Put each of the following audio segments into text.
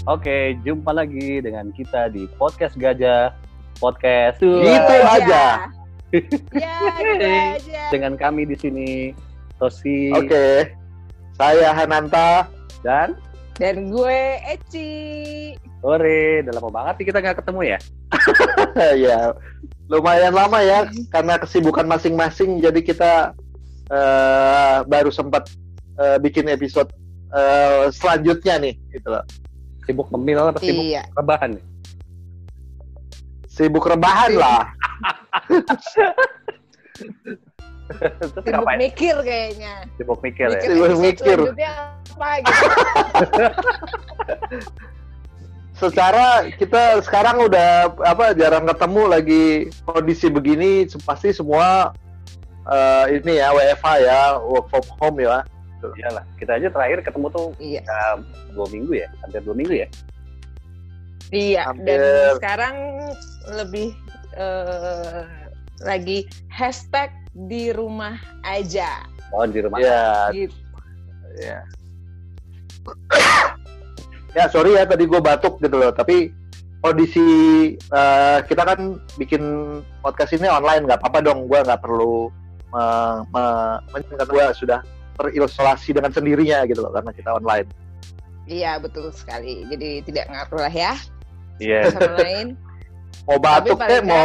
Oke, jumpa lagi dengan kita di Podcast Gajah. Podcast Gitu aja. Ya, gitu aja. Dengan kami di sini, Tosi. Oke. Saya Hananta. Dan gue Eci. Sore, udah lama banget nih kita nggak ketemu ya? Ya, lumayan lama ya, karena kesibukan masing-masing. Jadi kita baru sempat bikin episode selanjutnya nih, gitu loh. Sibuk ngemil apa sibuk rebahan nih? Sibuk rebahan lah. Sibuk mikir kayaknya. Sibuk mikir ya? Sibuk mikir. Selanjutnya apa gitu. Secara kita sekarang udah jarang ketemu, lagi kondisi begini, pasti semua ini ya WFH ya, work from home ya. Iyalah, kita aja terakhir ketemu tuh 2 minggu ya, hampir 2 minggu ya. Iya, hampir. Dan sekarang lebih lagi hashtag di rumah aja. Oh, di rumah. Ya. Gitu. Ya. Ya sorry ya tadi gue batuk gitu loh, tapi kondisi kita kan bikin podcast ini online, nggak apa-apa dong, gue nggak perlu karena gue sudah terisolasi dengan sendirinya gitu loh, karena kita online. Iya, betul sekali. Jadi tidak ngaruh lah ya. Iya. Sama lain. Mau batuk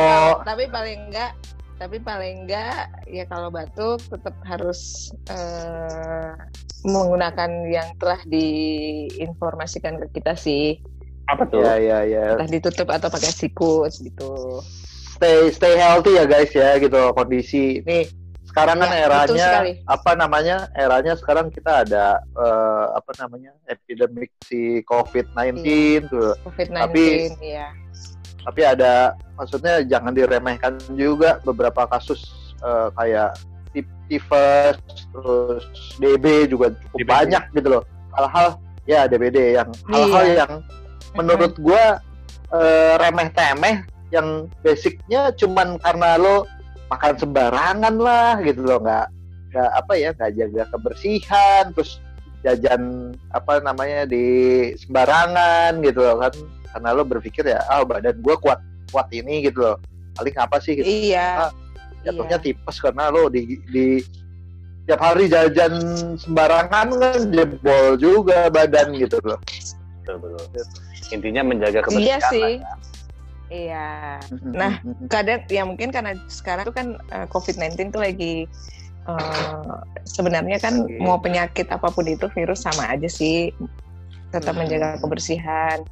tapi paling enggak ya kalau batuk tetap harus menggunakan yang telah diinformasikan ke kita sih. Apa tuh? Ya. Entah ditutup atau pakai sikus gitu. Stay healthy ya guys ya, gitu kondisi ini. Sekarang kan eranya eranya sekarang kita ada epidemik si COVID-19 tuh. COVID-19 Tapi ada, maksudnya jangan diremehkan juga beberapa kasus kayak tifus, terus DB juga cukup banyak gitu loh. Hal-hal ya DBD yang hal-hal yang menurut gua remeh-temeh, yang basicnya cuman karena lo makan sembarangan lah gitu loh, nggak jaga kebersihan, terus jajan di sembarangan gitu loh kan, karena lo berpikir ya badan gue kuat ini gitu loh, paling apa sih gitu. Jatuhnya tipes karena lo di tiap hari jajan sembarangan kan, jebol juga badan gitu loh. Betul. Intinya menjaga kebersihan. Iya sih. Iya. Nah, kadang ya mungkin karena sekarang tuh kan COVID-19 tuh lagi sebenarnya kan mau penyakit apapun itu, virus sama aja sih. Tetap menjaga kebersihan.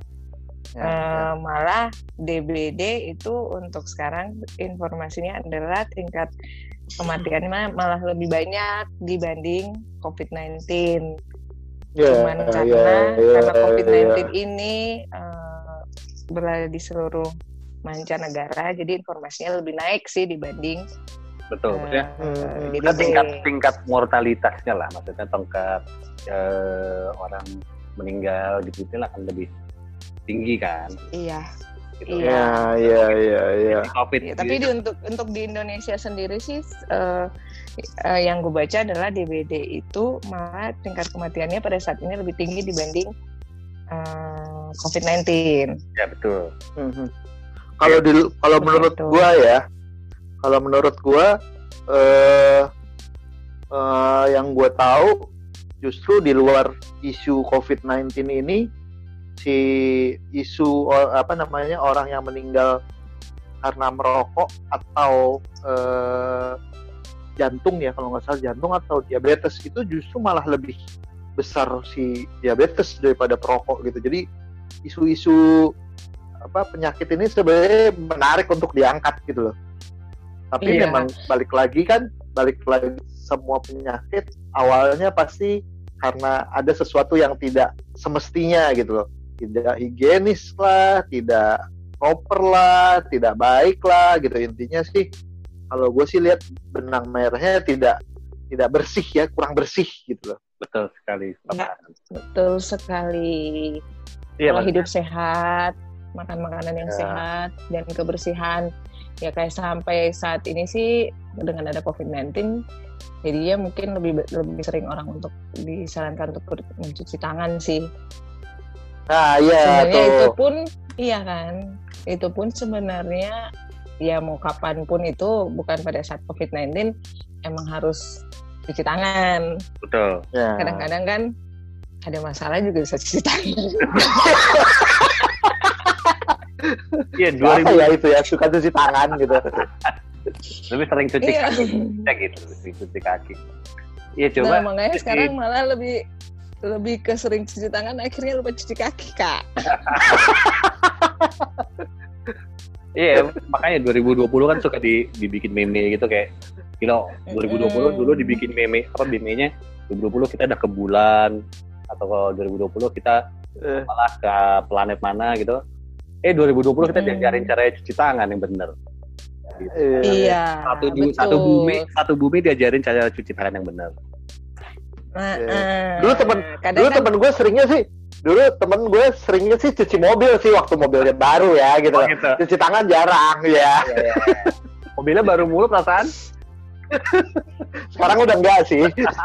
Malah DBD itu untuk sekarang informasinya adalah tingkat kematiannya malah lebih banyak dibanding COVID-19. Cuman karena COVID-19 ini berada di seluruh mancanegara, jadi informasinya lebih naik sih dibanding ya. Tingkat mortalitasnya lah, maksudnya tingkat orang meninggal gitu itu akan lebih tinggi kan. Iya. Gitu. Iya. COVID. Tapi untuk di Indonesia sendiri sih yang gue baca adalah DBD itu malah tingkat kematiannya pada saat ini lebih tinggi dibanding COVID-19. Ya betul. Kalau menurut gua yang gua tahu justru di luar isu COVID-19 ini, si isu orang yang meninggal karena merokok atau jantung ya, kalau nggak salah jantung atau diabetes, itu justru malah lebih besar si diabetes daripada perokok gitu. Jadi isu-isu penyakit ini sebenarnya menarik untuk diangkat gitu loh. Tapi memang balik lagi semua penyakit awalnya pasti karena ada sesuatu yang tidak semestinya gitu loh. Tidak higienis lah, tidak proper lah, tidak baik lah gitu. Intinya sih kalau gue sih lihat benang merahnya tidak bersih ya, kurang bersih gitu loh. Betul sekali. Betul sekali. Kalau hidup sehat, makan makanan yang sehat dan kebersihan, ya kayak sampai saat ini sih dengan ada COVID-19, jadinya mungkin lebih sering orang untuk disarankan untuk mencuci tangan sih. Nah, iya sebenarnya tuh. itu pun iya kan. Itu pun sebenarnya ya mau kapanpun itu bukan pada saat COVID-19 emang harus cuci tangan. Betul. Ya. Kadang-kadang kan ada masalah juga bisa cuci tangan. Iya, Apa ya itu ya, suka cuci tangan gitu. lebih sering cuci Iya. kaki. Ya gitu, lebih cuci kaki. Iya, coba. Nah, makanya sekarang malah lebih ke sering cuci tangan, akhirnya lupa cuci kaki, Kak. Iya, makanya 2020 kan suka dibikin meme gitu kayak, 2020 dulu dibikin meme, meme-nya 2020 kita udah ke bulan, atau kalau 2020 kita malah ke planet mana gitu. 2020 kita diajarin cara cuci tangan yang bener. Gitu. Iya. Satu bumi diajarin cara cuci tangan yang bener. Dulu temen gue seringnya sih cuci mobil sih waktu mobilnya baru ya gitu. Gitu. Cuci tangan jarang ya. Mobilnya baru mulu perasaan. Sekarang udah enggak sih.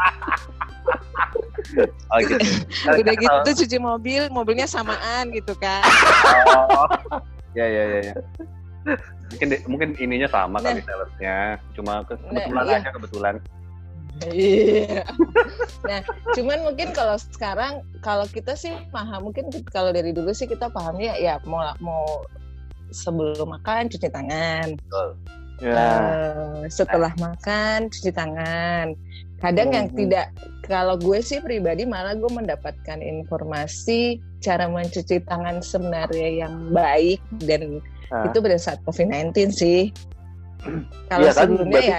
Oh gitu. Udah gitu cuci mobilnya samaan gitu kan. Oh. Ya. Mungkin ininya sama kali salesnya. Cuma kebetulan. Iya. Nah, cuman mungkin kalau sekarang kalau kita sih paham, mungkin kalau dari dulu sih kita pahamnya ya mau sebelum makan cuci tangan. Betul. Setelah makan cuci tangan. Kadang yang tidak, kalau gue sih pribadi malah gue mendapatkan informasi cara mencuci tangan sebenarnya yang baik dan itu pada saat COVID-19 sih. Kalau sebelumnya kan,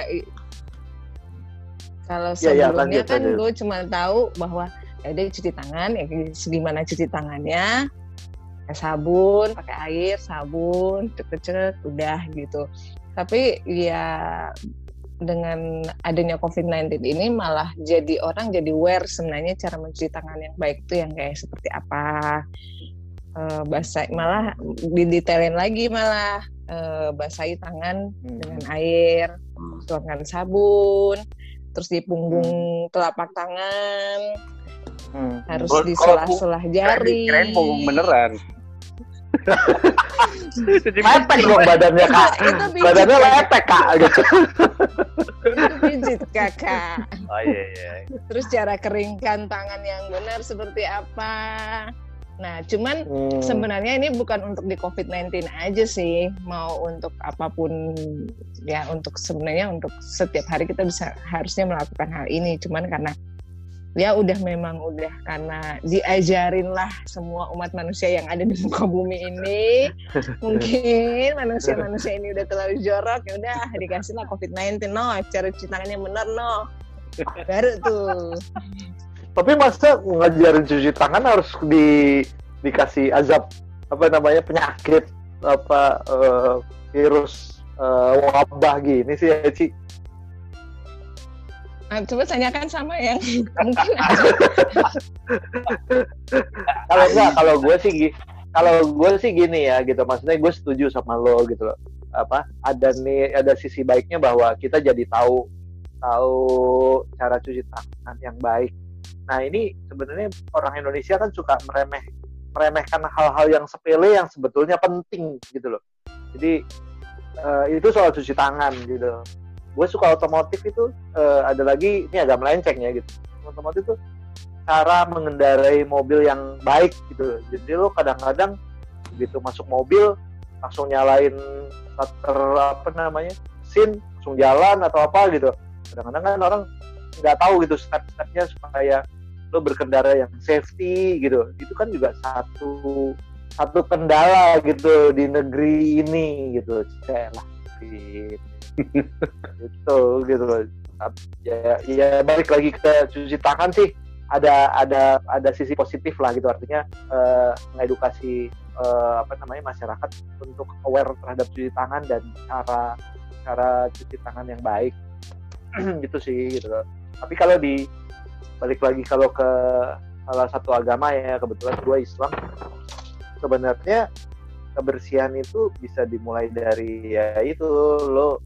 kalau sebelumnya kan gue cuma tahu bahwa dia cuci tangan, ya gimana cuci tangannya, pakai sabun, pakai air, sabun, cek udah gitu. Tapi ya dengan adanya COVID-19 ini malah jadi orang jadi aware sebenarnya cara mencuci tangan yang baik itu yang kayak seperti apa. Malah didetailin lagi basahi tangan dengan air, tuangkan sabun, terus di punggung telapak tangan harus di sela-sela jari. Keren punggung beneran. Lepek dong badannya Kak. Badannya lepek Kak gitu. Itu pijit Kakak. Oh iya. Terus cara keringkan tangan yang benar seperti apa? Nah, cuman sebenarnya ini bukan untuk di COVID-19 aja sih, mau untuk apapun ya, untuk sebenarnya untuk setiap hari kita harusnya melakukan hal ini. Cuman karena ya karena diajarin lah semua umat manusia yang ada di muka bumi ini. Mungkin manusia ini udah terlalu jorok, ya udah dikasih lah COVID-19 cara cuci tangannya benar baru tuh. Tapi masa ngajarin cuci tangan harus dikasih azab penyakit virus wabah gini sih ya Ci? Nah, coba tanyakan sama yang mungkin kalau gue sih gini ya gitu, maksudnya gue setuju sama lo gitu loh. Ada sisi baiknya bahwa kita jadi tahu cara cuci tangan yang baik. Nah ini sebenarnya orang Indonesia kan suka meremehkan hal-hal yang sepele yang sebetulnya penting gitu loh. Jadi itu soal cuci tangan gitu. Gue suka otomotif itu ada lagi, ini agak melenceng ya gitu. Otomotif itu cara mengendarai mobil yang baik gitu loh. Jadi lo kadang-kadang begitu masuk mobil langsung nyalain scene, langsung jalan atau apa gitu. Kadang-kadang kan orang nggak tahu gitu step-stepnya supaya lo berkendara yang safety gitu. Itu kan juga satu kendala gitu di negeri ini gitu. gitu. Ya balik lagi ke cuci tangan sih, ada sisi positif lah gitu, artinya mengedukasi masyarakat untuk aware terhadap cuci tangan dan cara cuci tangan yang baik. Gitu sih gitu. Tapi kalau balik lagi kalau ke salah satu agama ya, kebetulan gue Islam, sebenarnya kebersihan itu bisa dimulai dari ya itu lo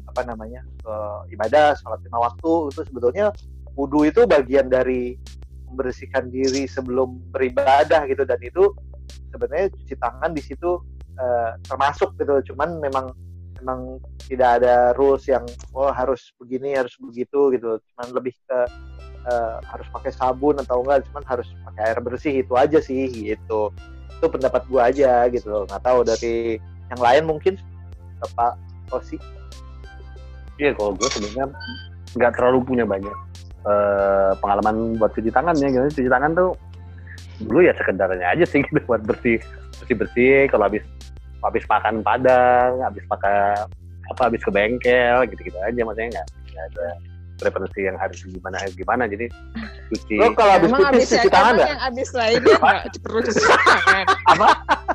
ibadah sholat 5 waktu. Itu sebetulnya wudu itu bagian dari membersihkan diri sebelum beribadah gitu, dan itu sebenarnya cuci tangan di situ termasuk gitu. Cuman memang tidak ada rules yang harus begini harus begitu gitu. Cuman lebih ke harus pakai sabun atau enggak, cuman harus pakai air bersih, itu aja sih gitu. Itu pendapat gua aja gitu loh. Nggak tahu dari yang lain mungkin Bapak Osi. Iya, kalau gue sebenarnya nggak terlalu punya banyak pengalaman buat cuci tangannya gitu. Cuci tangan tuh dulu ya sekedarnya aja sih gitu, buat bersih kalau habis makan padang, habis ke bengkel gitu aja, maksudnya nggak ada preferensi yang harus gimana. Jadi cuci. Lo kalau habis pipis cuci tangan nggak? Yang habis lainnya nggak perlu cuci tangan. Apa?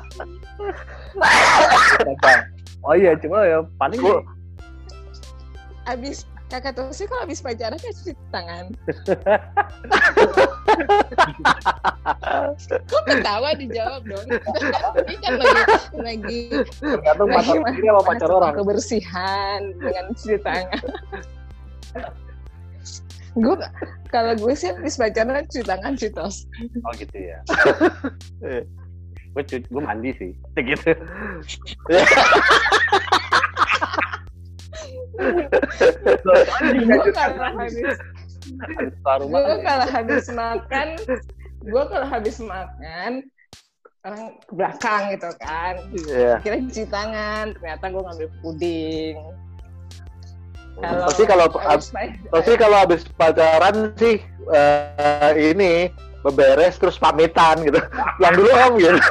Oh iya, cuma ya paling habis kakak tuh sih kalau habis pacaran kan cuci tangan. Kok ketawa, dijawab dong. Ini kan lagi tergantung pacar sendiri sama pacar orang. Kebersihan dengan cuci tangan. Kalau gue sih habis pacaran cuci tangan, cuci tos. Oh gitu ya. Gue mandi sih, gitu. Gue kalau habis makan orang ke belakang gitu kan, kira cuci tangan, ternyata gue ngambil puding. Kalau habis pacaran sih ini beberes terus pamitan gitu. Pulang dulu om gitu.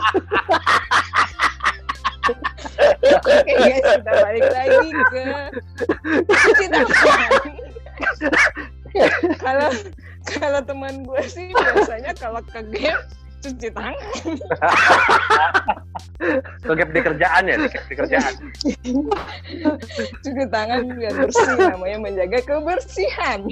Oke guys, kita balik lagi ke cuci tangan. Kalau teman gue sih biasanya kalau ke game cuci tangan. Ke di kerjaan ya, di kerjaan. Cuci tangan biar bersih, namanya menjaga kebersihan.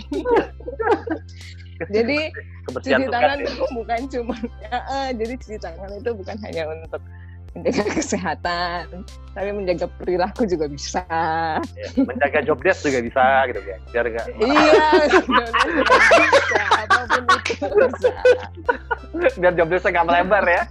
Jadi cuci tangan itu bukan cuma jadi cuci tangan itu bukan hanya untuk menjaga kesehatan, tapi menjaga perilaku juga bisa. Ya, menjaga job desk juga bisa gitu ya. Biar enggak. Iya, bisa. Apapun itu bisa. Biar job desk enggak melebar ya.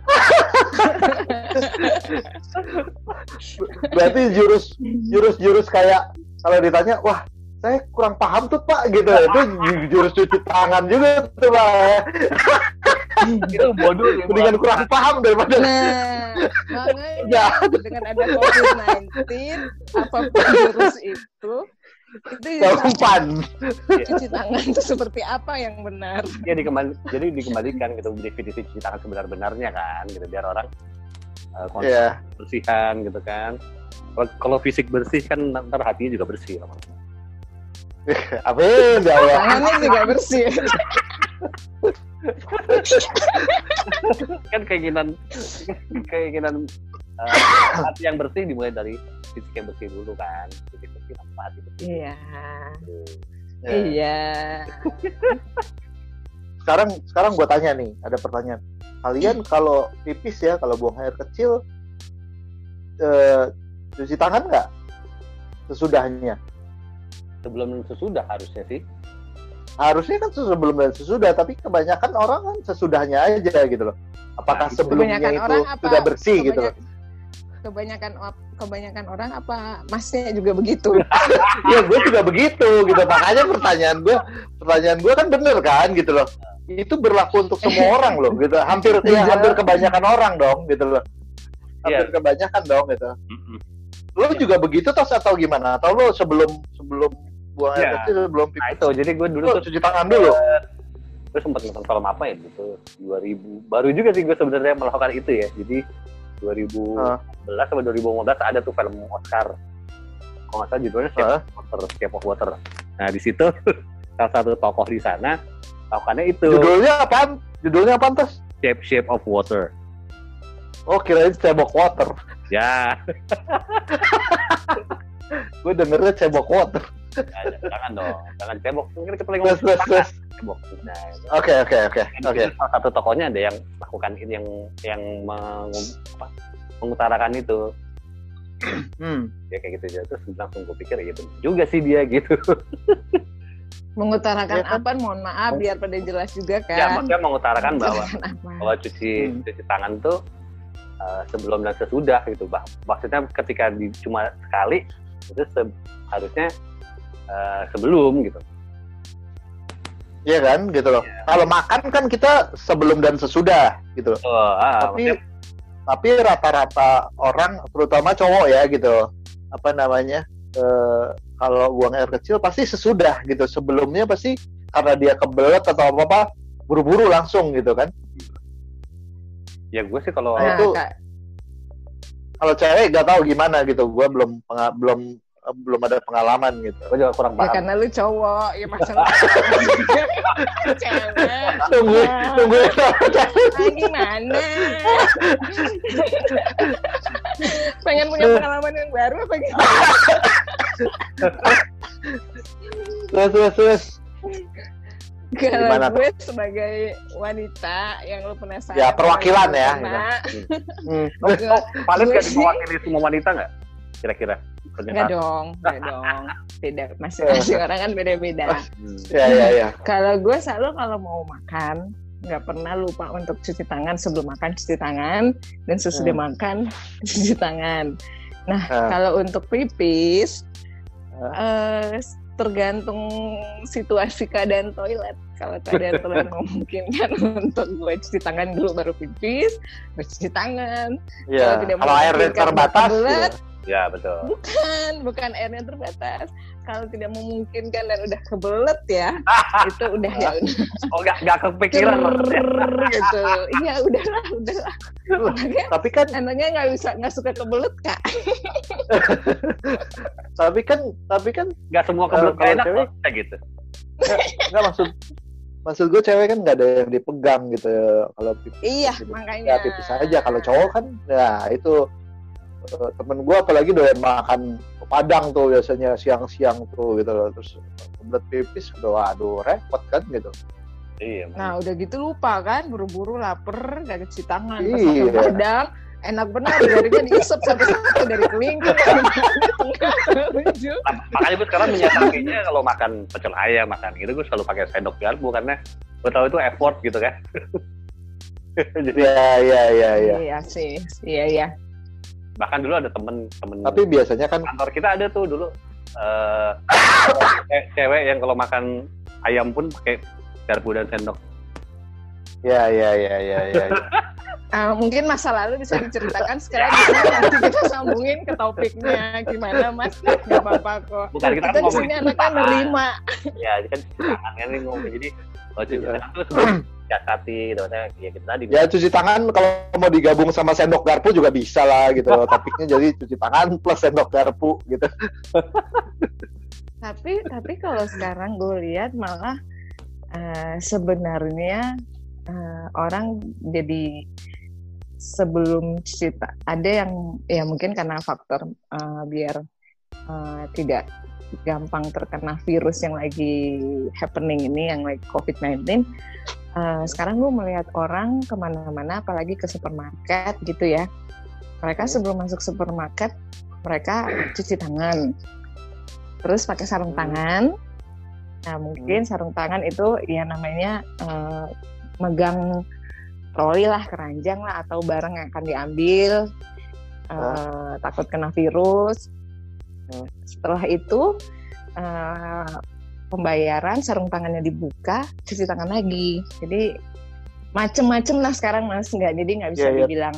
Berarti jurus kayak kalau ditanya, wah saya kurang paham tuh Pak gitu, itu jurus cuci tangan juga tuh Pak. Itu bodoh ya, mendingan kurang paham daripada makanya dengan ada COVID-19 apapun jurus itu umpan cuci tangan itu seperti apa yang benar ya, jadi dikembalikan gitu definisi cuci tangan sebenar-benarnya kan gitu, biar orang kebersihan gitu kan. Kalau fisik bersih kan ntar hatinya juga bersih. Amin ya Allah. Tangannya juga bersih. Kan keinginan hati yang bersih dimulai dari fisik yang bersih dulu kan. Fisik bersih tanpa hati bersih. Iya. Iya. Sekarang gue tanya nih, ada pertanyaan. Kalian kalau pipis ya, kalau buang air kecil, cuci tangan nggak sesudahnya? Sebelum sesudah harusnya sih. Harusnya kan sebelum dan sesudah, tapi kebanyakan orang kan sesudahnya aja gitu loh. Apakah sebelumnya itu sudah bersih gitu loh? Kebanyakan orang apa masnya juga begitu? Ya gue juga begitu gitu. Makanya pertanyaan gue kan bener kan gitu loh. Itu berlaku untuk semua orang loh gitu. Hampir kebanyakan orang dong gitu loh. Hampir kebanyakan dong gitu. Lo juga begitu atau gimana? Atau lo sebelum buang air kecil sebelum pipis? Nah itu, jadi gue dulu tuh cuci tangan dulu. Gue sempat nonton film apa ya gitu, 2000. Baru juga sih gue sebenarnya melakukan itu ya. Jadi 2011 sampai 2015 ada tuh film Oscar. Kalau nggak salah judulnya Shape of Water. Nah di situ salah satu tokoh di sana lakukannya itu. Judulnya apaan Tes? Shape of Water. Oh kirain cebok water. Ya. Gue dengernya cebok water. Jangan dong, jangan cebok. Mungkin kita paling cebok. Oke. Salah satu tokohnya ada yang melakukan ini, yang mengutarakan itu. Ya kayak gitu aja. Terus langsung gue pikir ya benar juga sih dia gitu. Mengutarakan Ya kan? apa? Mohon maaf biar pada jelas juga kan. Ya, maksudnya mengutarakan bahwa Mengutarakan apa? cuci tangan tuh sebelum dan sesudah gitu, maksudnya ketika cuma sekali itu harusnya sebelum gitu. Iya kan, gitu loh. Kalau makan kan kita sebelum dan sesudah, gitu loh. Tapi rata-rata orang, terutama cowok ya, gitu. Apa namanya? Kalau buang air kecil pasti sesudah, gitu. Sebelumnya pasti karena dia kebelet atau apa-apa, buru-buru langsung, gitu kan. Ya gue sih kalau kalau cewek nggak tahu gimana gitu. Gue belum ada pengalaman gitu. Gue juga kurang paham. Ya karena lu cowok, ya masalah. Cewek. Tunggu. Gimana? Pengen punya pengalaman yang baru apa gimana? Terus. Kalau gue sebagai wanita yang lu penasaran. Ya perwakilan ya. Paling nggak mewakili semua wanita nggak? Kira-kira? Enggak dong. Beda. Masing-masing orang kan beda-beda. Ya. Kalau gue selalu kalau mau makan, nggak pernah lupa untuk cuci tangan sebelum makan, cuci tangan, dan sesudah makan cuci tangan. Nah, kalau untuk pipis, tergantung situasi keadaan toilet. Kalau keadaan toilet memungkinkan untuk gue cuci tangan dulu baru pipis, gue cuci tangan. Iya. Kalau airnya terbatas, ya betul. Bukan airnya terbatas. Kalau tidak memungkinkan dan udah kebelet ya, itu udah ya udah. Oh nggak kepikiran gitu. Iya udahlah. Tapi kan anaknya nggak suka kebelet Kak. tapi kan nggak semua kebelet enak kok kayak gitu. Nggak maksud gue cewek kan nggak ada yang dipegang gitu kalau pipis. Iya gitu. makanya. Ya pipis aja. Kalau cowok kan, ya itu temen gue apalagi doyan makan Padang tuh biasanya siang-siang tuh gitu loh, terus kebelet pipis waduh repot kan gitu. Iya. Nah udah gitu lupa kan, buru-buru lapar gak cuci tangan pas Iya. makan Padang enak benar jarinya diisep satu-satu dari kelingking makanya gue sekarang menyiasatinya kalau makan pecel ayam makan gitu gue selalu pakai sendok garpu karena gue tahu itu effort gitu kan. Jadi iya sih iya. Bahkan dulu ada temen tapi biasanya kan kantor kita ada tuh dulu cewek yang kalau makan ayam pun pakai garpu dan sendok. Ya. Mungkin masa lalu bisa diceritakan sekarang nanti kita sambungin ke topiknya gimana Mas, nggak apa-apa kok. Bukan kita di sini anaknya nerima. Ya kan tangan kan ngomong jadi kalau cuci tangan tuh sebelum siasati gitu ya kita tadi. Ya cuci tangan kalau mau digabung sama sendok garpu juga bisa lah gitu. Topiknya jadi cuci tangan plus sendok garpu gitu. Tapi kalau sekarang gue lihat malah sebenarnya orang jadi sebelum cuci ada yang ya mungkin karena faktor biar tidak gampang terkena virus yang lagi happening ini yang lagi COVID-19. Sekarang gue melihat orang kemana-mana apalagi ke supermarket gitu ya, mereka sebelum masuk supermarket mereka cuci tangan terus pakai sarung tangan. Nah mungkin sarung tangan itu ya namanya megang troli lah, keranjang lah atau barang yang akan diambil, takut kena virus. Setelah itu pembayaran, sarung tangannya dibuka, cuci tangan lagi. Jadi macem-macem lah sekarang Mas, jadi nggak bisa dibilang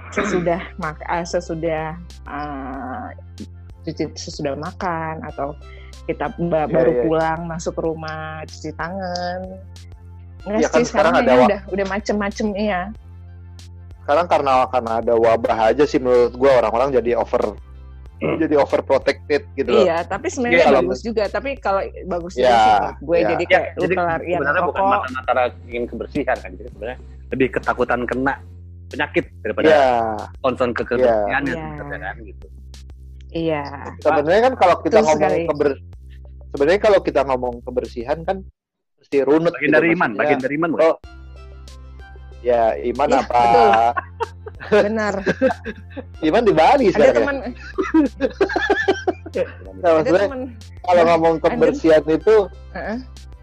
sesudah makan atau kita baru pulang masuk ke rumah cuci tangan. Enggak sih, kan sekarang udah macem-macem iya. Sekarang karena ada wabah aja sih menurut gue orang-orang jadi overprotected gitu loh. Iya, tapi sebenarnya bagus juga. Tapi kalau bagus juga sih menurut gue. Jadi kayak lu pelarian sebenarnya bukan mata-mata ingin kebersihan kan. Jadi sebenarnya lebih ketakutan kena penyakit daripada concern ke kebersihan kan gitu. Iya. Sebenarnya kan kalau kita sebenarnya kalau kita ngomong kebersihan kan mesti runut. Bagian dari iman bukan? Oh, ya iman ya, apa? Betul. Benar. Iman di Bali sekarang. Ada teman. Nah, maksudnya kalau ngomong kebersihan itu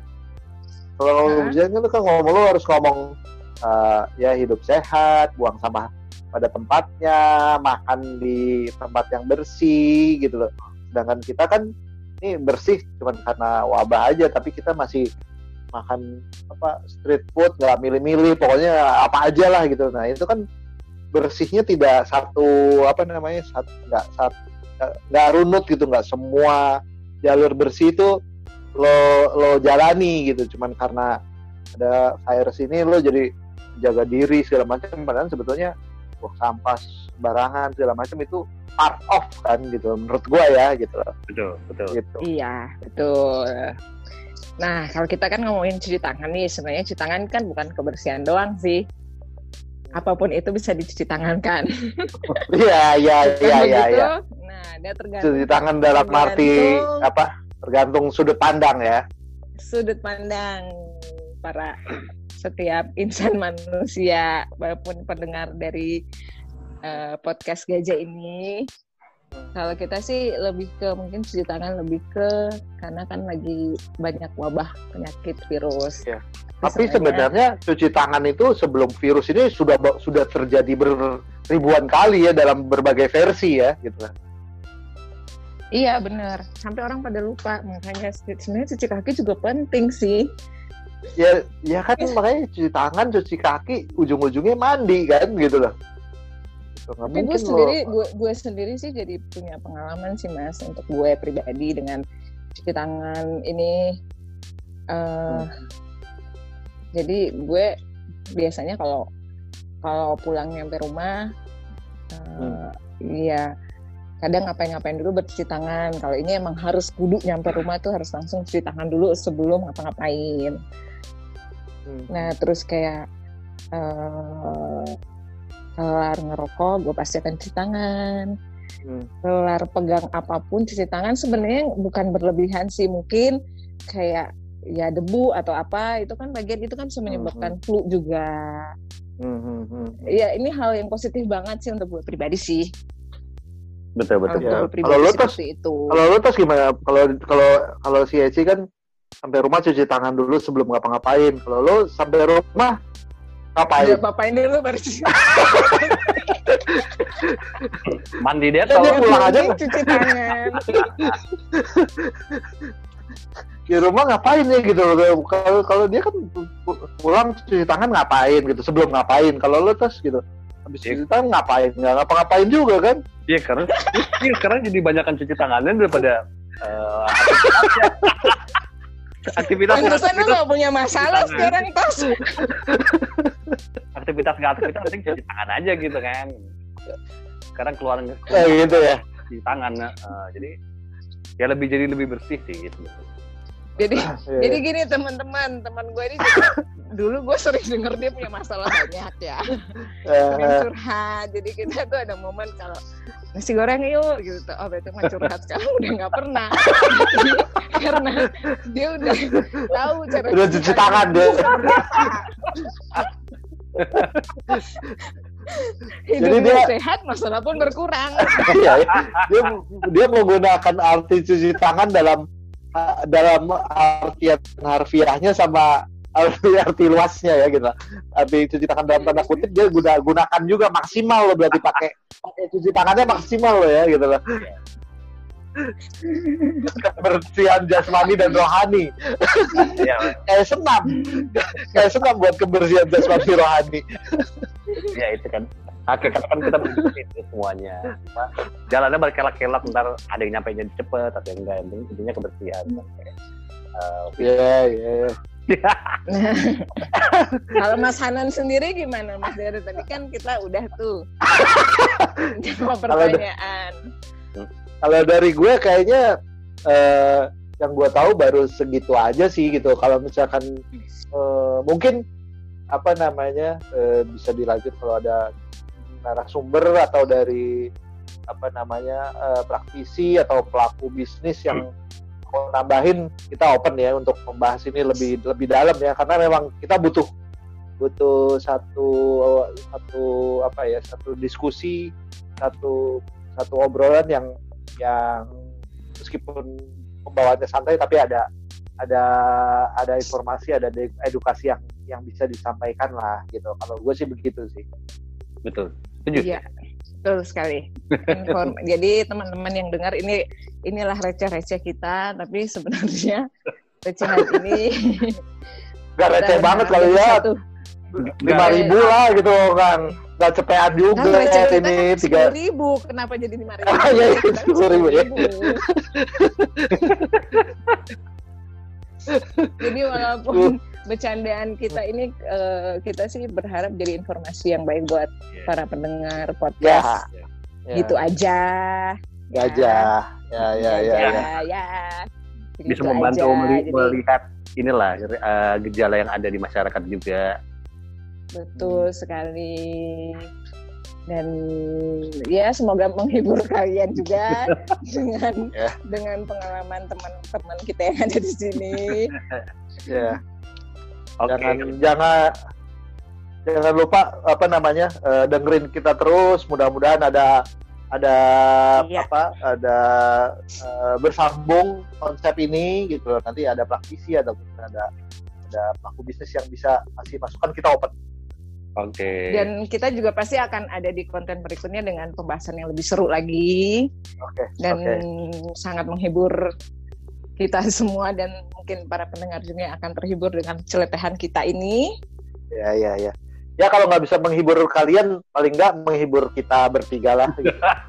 Kalau kebersihan kan ngomong lo harus ngomong ya hidup sehat, buang sampah pada tempatnya, makan di tempat yang bersih gitu loh. Sedangkan kita kan ini bersih cuma karena wabah aja, tapi kita masih makan street food, nggak milih-milih, pokoknya apa aja lah gitu. Nah itu kan bersihnya tidak nggak runut gitu, nggak semua jalur bersih itu lo jalani gitu, cuman karena ada virus ini lo jadi jaga diri segala macam, padahal sebetulnya buang sampah sembarangan segala macam itu part of kan gitu menurut gua ya gitu. Betul gitu. Iya betul. Nah kalau kita kan ngomongin cuci tangan nih, sebenarnya cuci tangan kan bukan kebersihan doang sih, apapun itu bisa dicuci tangan kan. Iya. Nah dia tergantung cuci tangan dalam arti tergantung sudut pandang ya. Sudut pandang para setiap insan manusia, walaupun pendengar dari podcast Gajah ini. Kalau kita sih lebih ke mungkin cuci tangan lebih ke karena kan lagi banyak wabah penyakit virus. Ya. Tapi sebenarnya cuci tangan itu sebelum virus ini sudah terjadi ribuan kali ya dalam berbagai versi ya gitu. Iya benar, sampai orang pada lupa, makanya sebenarnya cuci kaki juga penting sih. Ya kan makanya cuci tangan, cuci kaki, ujung-ujungnya mandi kan gitu loh. Tapi gue sendiri sih jadi punya pengalaman sih Mas, untuk gue pribadi dengan cuci tangan ini. Jadi gue biasanya kalau pulang nyampe rumah, ya kadang ngapain dulu bercuci tangan. Kalau ini emang harus kudu nyampe rumah tuh harus langsung cuci tangan dulu sebelum ngapa-ngapain. Nah terus kayak kelar ngerokok gue pasti akan cuci tangan. Kelar pegang apapun cuci tangan. Sebenarnya bukan berlebihan sih, mungkin kayak ya debu atau apa itu kan bagian itu kan bisa menyebabkan flu juga. Ya ini hal yang positif banget sih untuk gue pribadi sih. Betul. Ya. Kalau lu tos gimana? Kalau si Eci kan sampai rumah cuci tangan dulu sebelum ngapa-ngapain. Kalau lu sampai rumah ngapain? Ya ngapain dulu baru cuci. Mandi dia kalau pulang aja cuci tangan. Di rumah ngapain ya gitu. Kalau dia kan pulang cuci tangan ngapain gitu, sebelum ngapain. Kalau lu tos gitu. Habis cuci tangan ngapain? Nggak ngapa-ngapain juga kan? Iya karena jadi banyakan cuci tangannya daripada aktivitas. Pantesan lu nggak punya masalah sekarang tos. Aktivitas penting cuci tangan aja gitu kan. Sekarang keluar gitu ya. Cuci tangan, jadi ya lebih bersih sih gitu. Jadi gini teman gue ini dulu gue sering denger dia punya masalah banyak ya, pengen curhat. Jadi kita tuh ada momen kalau nasi goreng yuk gitu, berarti mah curhat. Sekarang udah nggak pernah karena dia udah tahu cara udah cuci tangan deh. Hidupnya dia sehat, masalah pun berkurang. Iya, dia menggunakan arti cuci tangan dalam artian harfiahnya sama arti luasnya ya gitu. Arti cuci tangan dalam tanda kutip dia gunakan juga maksimal loh, berarti pakai cuci tangannya maksimal loh ya gitu loh. Kebersihan jasmani dan rohani. Kayak senam buat kebersihan jasmani rohani. Ya itu kan. Akhirnya kan kita begitu itu semuanya. Jalannya berkelak-kelak, ntar ada yang nyampe nya cepet, ada yang enggak, intinya kebersihan. Iya. Kalau Mas Hanan sendiri gimana Mas? Dari tadi kan kita udah tuh jawab pertanyaan. Kalau dari gue kayaknya yang gue tahu baru segitu aja sih gitu. Kalau misalkan mungkin bisa dilanjut kalau ada narasumber atau dari praktisi atau pelaku bisnis yang mau nambahin, kita open ya untuk membahas ini lebih dalam ya, karena memang kita butuh satu diskusi, satu obrolan yang meskipun pembawaannya santai tapi ada ada informasi, ada edukasi yang bisa disampaikan lah gitu. Kalau gue sih begitu sih. Betul. Setuju. Iya, betul sekali. Jadi teman-teman yang dengar inilah receh-receh kita, tapi sebenarnya recehan ini nggak receh banget kali ya. 5.000 lah gitu kan, nggak cepetan juga kan ini 10.000, kenapa jadi 5.000? Ya 10.000 ya. Jadi walaupun bercandaan kita ini, kita sih berharap jadi informasi yang baik buat para pendengar podcast. Gitu aja. Ya. Bisa membantu melihat inilah gejala yang ada di masyarakat juga. Betul sekali. Dan ya semoga menghibur kalian juga dengan pengalaman teman-teman kita yang ada di sini. Ya. Jangan lupa dengerin kita terus. Mudah-mudahan ada bersambung konsep ini gitu. Nanti ada praktisi ada pelaku bisnis yang bisa kasih masukan, kita open. Oke. Dan kita juga pasti akan ada di konten berikutnya dengan pembahasan yang lebih seru lagi. Dan sangat menghibur kita semua, dan mungkin para pendengar juga akan terhibur dengan celetehan kita ini. Ya. Ya kalau nggak bisa menghibur kalian, paling nggak menghibur kita bertiga lah.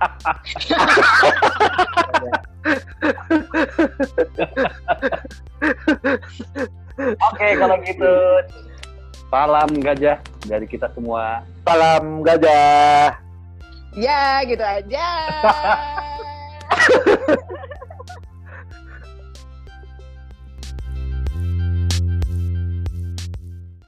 Oke, kalau gitu. Salam gajah dari kita semua. Salam gajah. Ya, gitu aja.